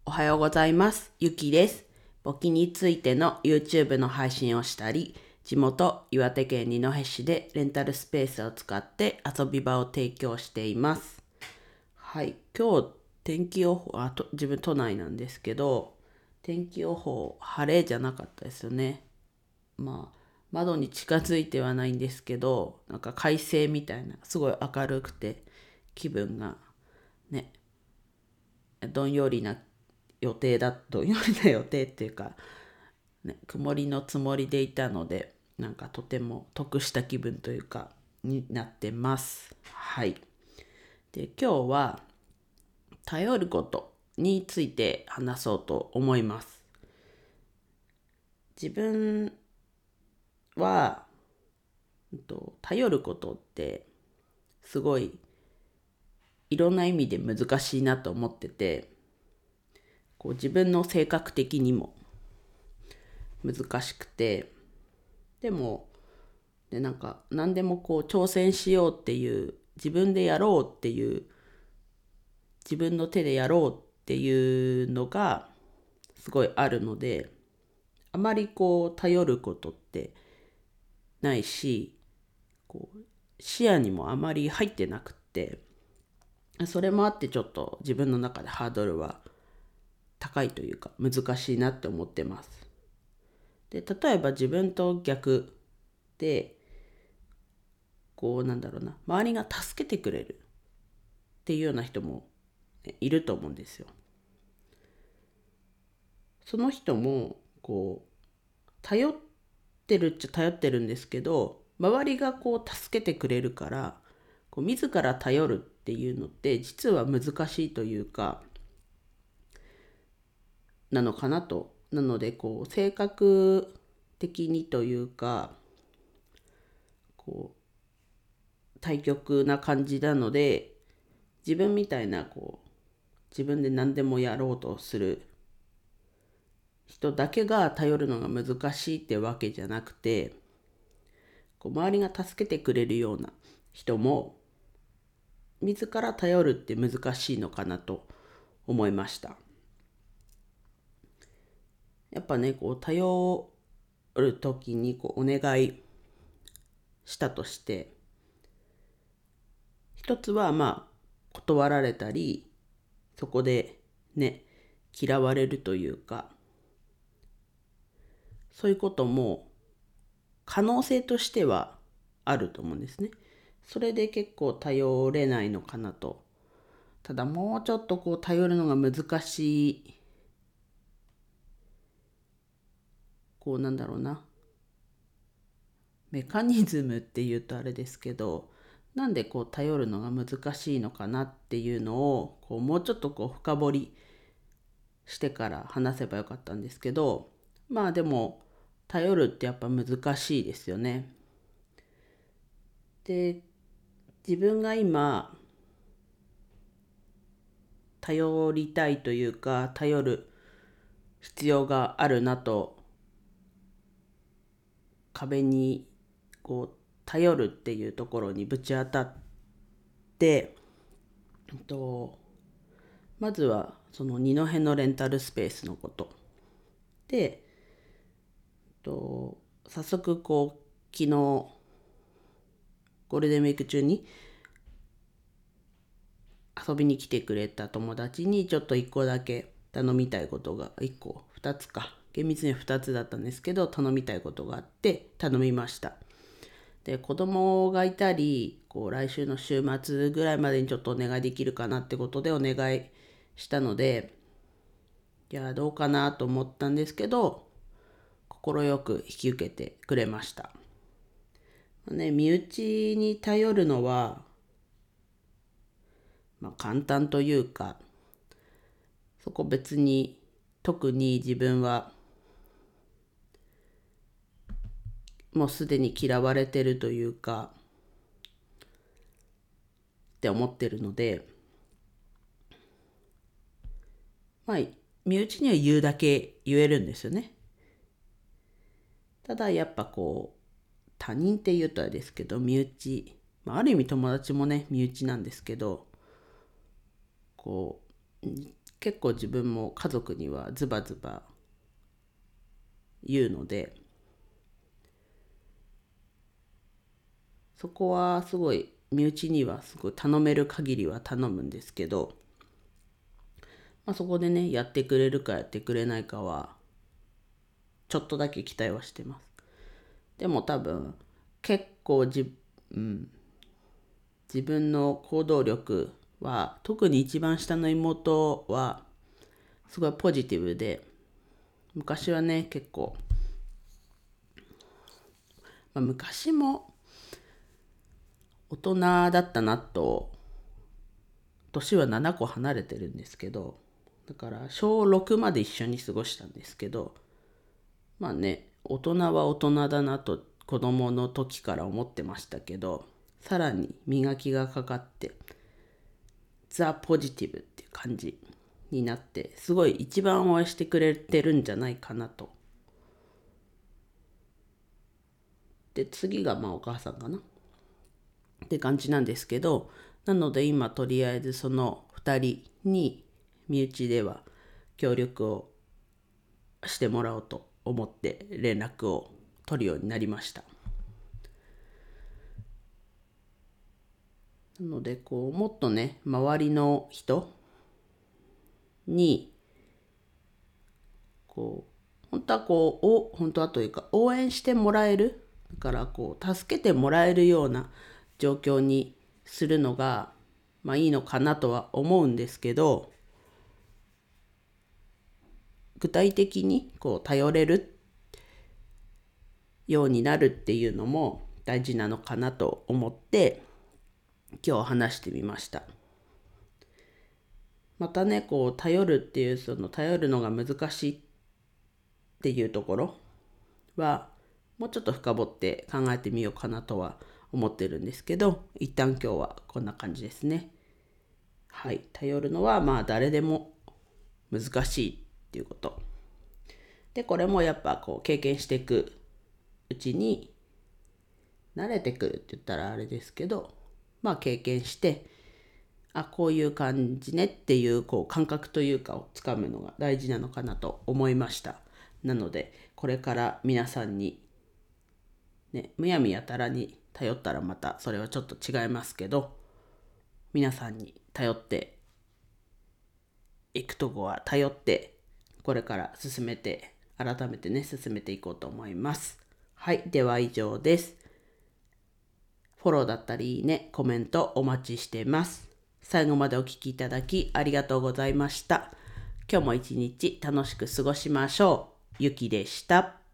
おはようございます。ゆきです。簿記についての YouTube の配信をしたり、地元岩手県二戸市でレンタルスペースを使って遊び場を提供しています。はい、今日天気予報、自分都内なんですけど、天気予報晴れじゃなかったですよね。窓に近づいてはないんですけど、なんか快晴みたいな、すごい明るくて気分がね、どんよりなどんよりな予定っていうか、ね、曇りのつもりでいたので、なんかとても得した気分というか、になってます。はい。で、今日は、頼ることについて話そうと思います。自分は、頼ることってすごいいろんな意味で難しいなと思ってて、自分の性格的にも難しくて、でもなんか何でも挑戦しようっていう、自分でやろうっていう、自分の手でやろうっていうのがすごいあるので、あまり頼ることってないし、視野にもあまり入ってなくって、それもあってちょっと自分の中でハードルは高いというか難しいなって思ってます。で、例えば自分と逆で、周りが助けてくれるっていうような人もいると思うんですよ。その人も頼ってるっちゃ頼ってるんですけど、周りが助けてくれるから、自ら頼るっていうのって実は難しいというかなのかなと。なので性格的にというか対極な感じなので、自分みたいな自分で何でもやろうとする人だけが頼るのが難しいってわけじゃなくて、周りが助けてくれるような人も自ら頼るって難しいのかなと思いました。やっぱね、頼る時にお願いしたとして、一つは断られたり、そこでね、嫌われるというか、そういうことも可能性としてはあると思うんですね。それで結構頼れないのかなと。ただもうちょっと頼るのが難しい、メカニズムっていうとあれですけど、なんで頼るのが難しいのかなっていうのをもうちょっと深掘りしてから話せばよかったんですけど、でも頼るってやっぱ難しいですよね。で、自分が今頼りたいというか頼る必要があるなと、壁に頼るっていうところにぶち当たって、まずはその二戸のレンタルスペースのことで、早速昨日ゴールデンウィーク中に遊びに来てくれた友達にちょっと1個だけ頼みたいことが、1個2つか、厳密には2つだったんですけど、頼みたいことがあって頼みました。で、子供がいたり、来週の週末ぐらいまでにちょっとお願いできるかなってことでお願いしたので、いやどうかなと思ったんですけど、快く引き受けてくれました。ね、身内に頼るのは簡単というか、そこ別に特に自分はもうすでに嫌われてるというかって思ってるので、身内には言うだけ言えるんですよね。ただやっぱ他人って言うとあれですけど、身内、ある意味友達もね身内なんですけど、 結構自分も家族にはズバズバ言うので、そこはすごい身内にはすごい頼める限りは頼むんですけど、そこでねやってくれるかやってくれないかはちょっとだけ期待はしてます。でも多分結構自分の行動力は、特に一番下の妹はすごいポジティブで、昔はね結構、昔も大人だったなと、年は7個離れてるんですけど、だから小6まで一緒に過ごしたんですけど、大人は大人だなと子供の時から思ってましたけど、さらに磨きがかかってザ・ポジティブっていう感じになって、すごい一番応援してくれてるんじゃないかなと。で次がお母さんかなって感じなんですけど、なので今とりあえずその2人に身内では協力をしてもらおうと思って連絡を取るようになりました。なのでもっとね周りの人に本当は本当はというか応援してもらえる、だから助けてもらえるような状況にするのがいいのかなとは思うんですけど、具体的に頼れるようになるっていうのも大事なのかなと思って今日話してみました。またね頼るっていう、その頼るのが難しいっていうところはもうちょっと深掘って考えてみようかなとは思ってるんですけど、一旦今日はこんな感じですね。はい、頼るのは誰でも難しいっていうことで、これもやっぱ経験していくうちに慣れてくるって言ったらあれですけど、経験してこういう感じねっていう感覚というかをつかむのが大事なのかなと思いました。なのでこれから皆さんにむやみやたらに頼ったらまたそれはちょっと違いますけど、皆さんに頼っていくとこは頼ってこれから改めて進めていこうと思います。はい、では以上です。フォローだったりいいね、コメントお待ちしてます。最後までお聞きいただきありがとうございました。今日も一日楽しく過ごしましょう。ゆきでした。